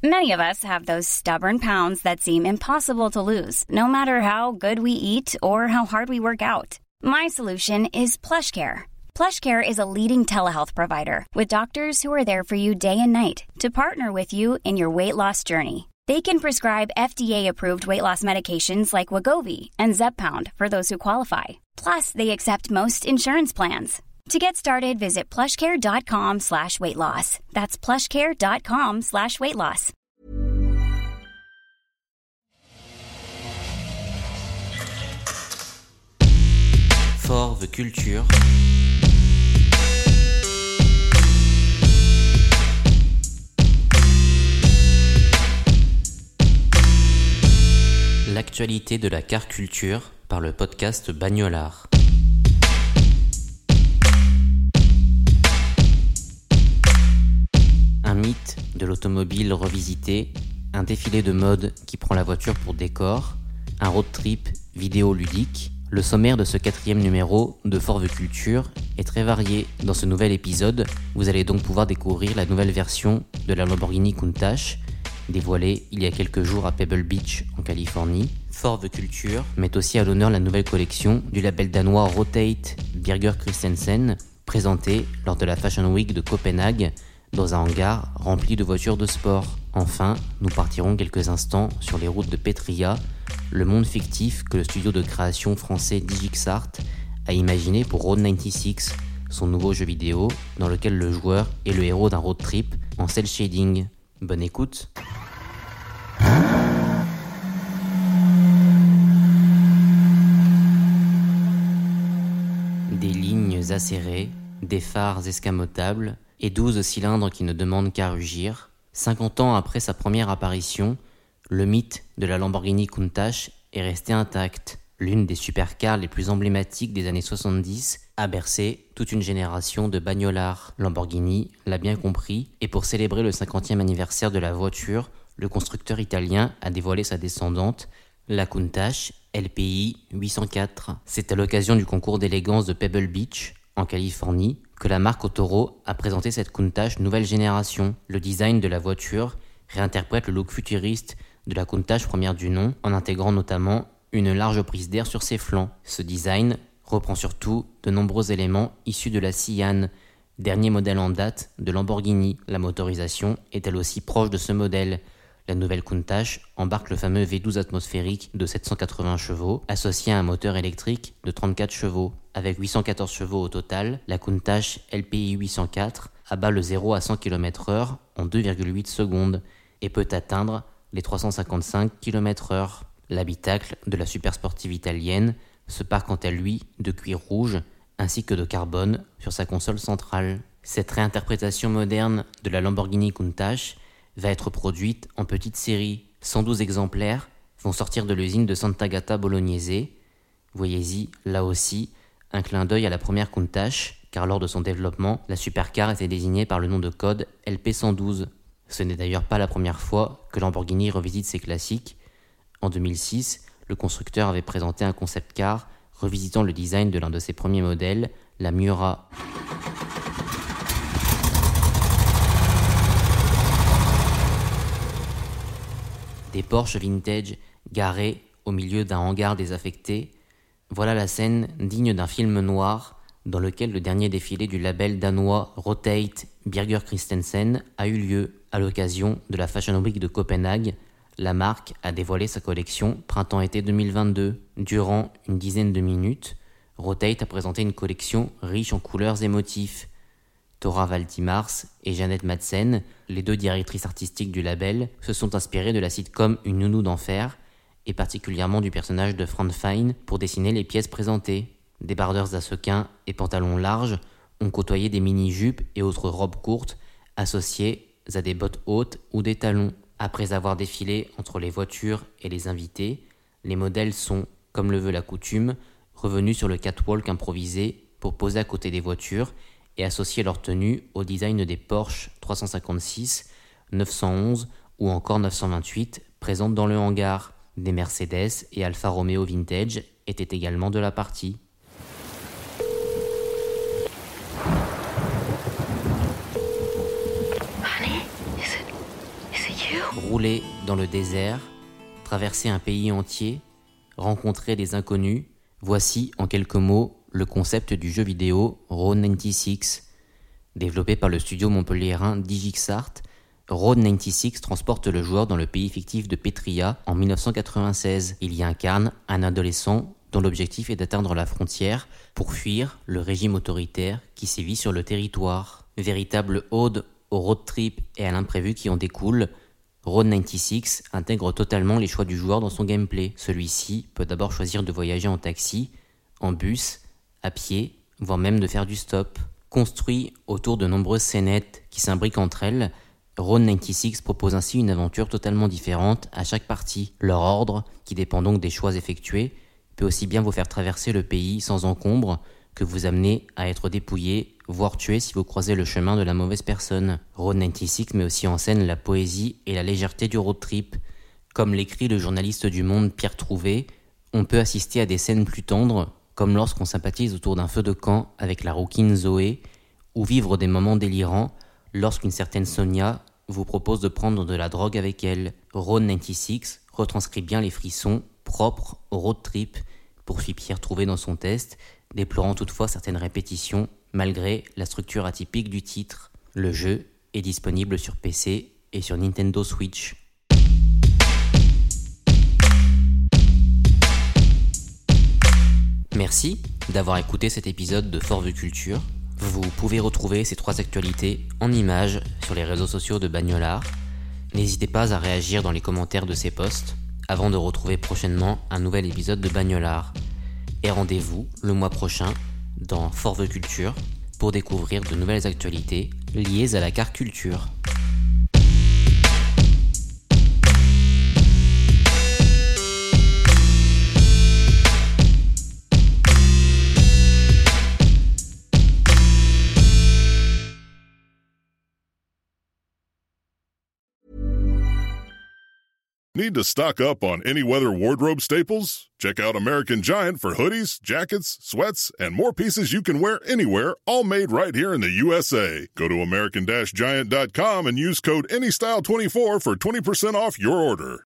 Many of us have those stubborn pounds that seem impossible to lose, no matter how good we eat or how hard we work out. My solution is PlushCare. PlushCare is a leading telehealth provider with doctors who are there for you day and night to partner with you in your weight loss journey. They can prescribe FDA-approved weight loss medications like Wegovy and Zepbound for those who qualify. Plus, they accept most insurance plans. To get started, visit plushcare.com/weightloss. That's plushcare.com/weightloss. Forve Culture. L'actualité de la car culture par le podcast Bagnolard. Un mythe de l'automobile revisité, un défilé de mode qui prend la voiture pour décor, un road trip vidéoludique. Le sommaire de ce 4e numéro de Forve Culture est très varié. Dans ce nouvel épisode, vous allez donc pouvoir découvrir la nouvelle version de la Lamborghini Countach, dévoilée il y a quelques jours à Pebble Beach en Californie. Forve Culture met aussi à l'honneur la nouvelle collection du label danois Rotate Birger Christensen, présentée lors de la Fashion Week de Copenhague, dans un hangar rempli de voitures de sport. Enfin, nous partirons quelques instants sur les routes de Petria, le monde fictif que le studio de création français Digixart a imaginé pour Road 96, son nouveau jeu vidéo dans lequel le joueur est le héros d'un road trip en cel shading. Bonne écoute. Des lignes acérées, des phares escamotables et 12 cylindres qui ne demandent qu'à rugir. 50 ans après sa première apparition, le mythe de la Lamborghini Countach est resté intact. L'une des supercars les plus emblématiques des années 70 a bercé toute une génération de bagnolards. Lamborghini l'a bien compris, et pour célébrer le 50e anniversaire de la voiture, le constructeur italien a dévoilé sa descendante, la Countach LPI 804. C'est à l'occasion du concours d'élégance de Pebble Beach, en Californie, que la marque Autoro a présenté cette Countach nouvelle génération. Le design de la voiture réinterprète le look futuriste de la Countach première du nom, en intégrant notamment une large prise d'air sur ses flancs. Ce design reprend surtout de nombreux éléments issus de la Sian, dernier modèle en date de Lamborghini. La motorisation est elle aussi proche de ce modèle. La nouvelle Countach embarque le fameux V12 atmosphérique de 780 chevaux, associé à un moteur électrique de 34 chevaux. Avec 814 chevaux au total, la Countach LPI 804 abat le 0 à 100 km/h en 2,8 secondes et peut atteindre les 355 km/h. L'habitacle de la supersportive italienne se pare quant à lui de cuir rouge ainsi que de carbone sur sa console centrale. Cette réinterprétation moderne de la Lamborghini Countach va être produite en petite série. 112 exemplaires vont sortir de l'usine de Sant'Agata Bolognese. Voyez-y, là aussi, un clin d'œil à la première Countach, car lors de son développement, la supercar était désignée par le nom de code LP112. Ce n'est d'ailleurs pas la première fois que Lamborghini revisite ses classiques. En 2006, le constructeur avait présenté un concept car revisitant le design de l'un de ses premiers modèles, la Miura. Des Porsche vintage garés au milieu d'un hangar désaffecté, voilà la scène digne d'un film noir dans lequel le dernier défilé du label danois Rotate Birger Christensen a eu lieu. À l'occasion de la Fashion Week de Copenhague, la marque a dévoilé sa collection printemps-été 2022. Durant une dizaine de minutes, Rotate a présenté une collection riche en couleurs et motifs. Tora Valdimars et Jeannette Madsen, les deux directrices artistiques du label, se sont inspirées de la sitcom Une nounou d'enfer, et particulièrement du personnage de Fran Fine pour dessiner les pièces présentées. Débardeurs à sequins et pantalons larges ont côtoyé des mini-jupes et autres robes courtes associées à des bottes hautes ou des talons. Après avoir défilé entre les voitures et les invités, les modèles sont, comme le veut la coutume, revenus sur le catwalk improvisé pour poser à côté des voitures et associer leur tenue au design des Porsche 356, 911 ou encore 928 présentes dans le hangar. Des Mercedes et Alfa Romeo Vintage étaient également de la partie. Honey, is it you? rouler dans le désert, traverser un pays entier, rencontrer des inconnus, voici en quelques mots le concept du jeu vidéo Road 96. Développé par le studio montpelliérain DigixArt, Road 96 transporte le joueur dans le pays fictif de Petria en 1996. Il y incarne un adolescent dont l'objectif est d'atteindre la frontière pour fuir le régime autoritaire qui sévit sur le territoire. Véritable ode au road trip et à l'imprévu qui en découle, Road 96 intègre totalement les choix du joueur dans son gameplay. Celui-ci peut d'abord choisir de voyager en taxi, en bus, à pied, voire même de faire du stop. Construit autour de nombreuses scénettes qui s'imbriquent entre elles, Road 96 propose ainsi une aventure totalement différente à chaque partie. Leur ordre, qui dépend donc des choix effectués, peut aussi bien vous faire traverser le pays sans encombre que vous amener à être dépouillé, voire tué si vous croisez le chemin de la mauvaise personne. Road 96 met aussi en scène la poésie et la légèreté du road trip. Comme l'écrit le journaliste du Monde Pierre Trouvé, on peut assister à des scènes plus tendres, comme lorsqu'on sympathise autour d'un feu de camp avec la rouquine Zoé, ou vivre des moments délirants lorsqu'une certaine Sonia vous propose de prendre de la drogue avec elle. Road 96 retranscrit bien les frissons propres au road trip, poursuit Pierre Trouvé dans son test, déplorant toutefois certaines répétitions malgré la structure atypique du titre. Le jeu est disponible sur PC et sur Nintendo Switch. Merci d'avoir écouté cet épisode de Fort Vue Culture. Vous pouvez retrouver ces 3 actualités en images sur les réseaux sociaux de Bagnolard. N'hésitez pas à réagir dans les commentaires de ces posts avant de retrouver prochainement un nouvel épisode de Bagnolard. Et rendez-vous le mois prochain dans Fort Vue Culture pour découvrir de nouvelles actualités liées à la car culture. Need to stock up on any weather wardrobe staples? Check out American Giant for hoodies, jackets, sweats, and more pieces you can wear anywhere, all made right here in the USA. Go to American-Giant.com and use code ANYSTYLE24 for 20% off your order.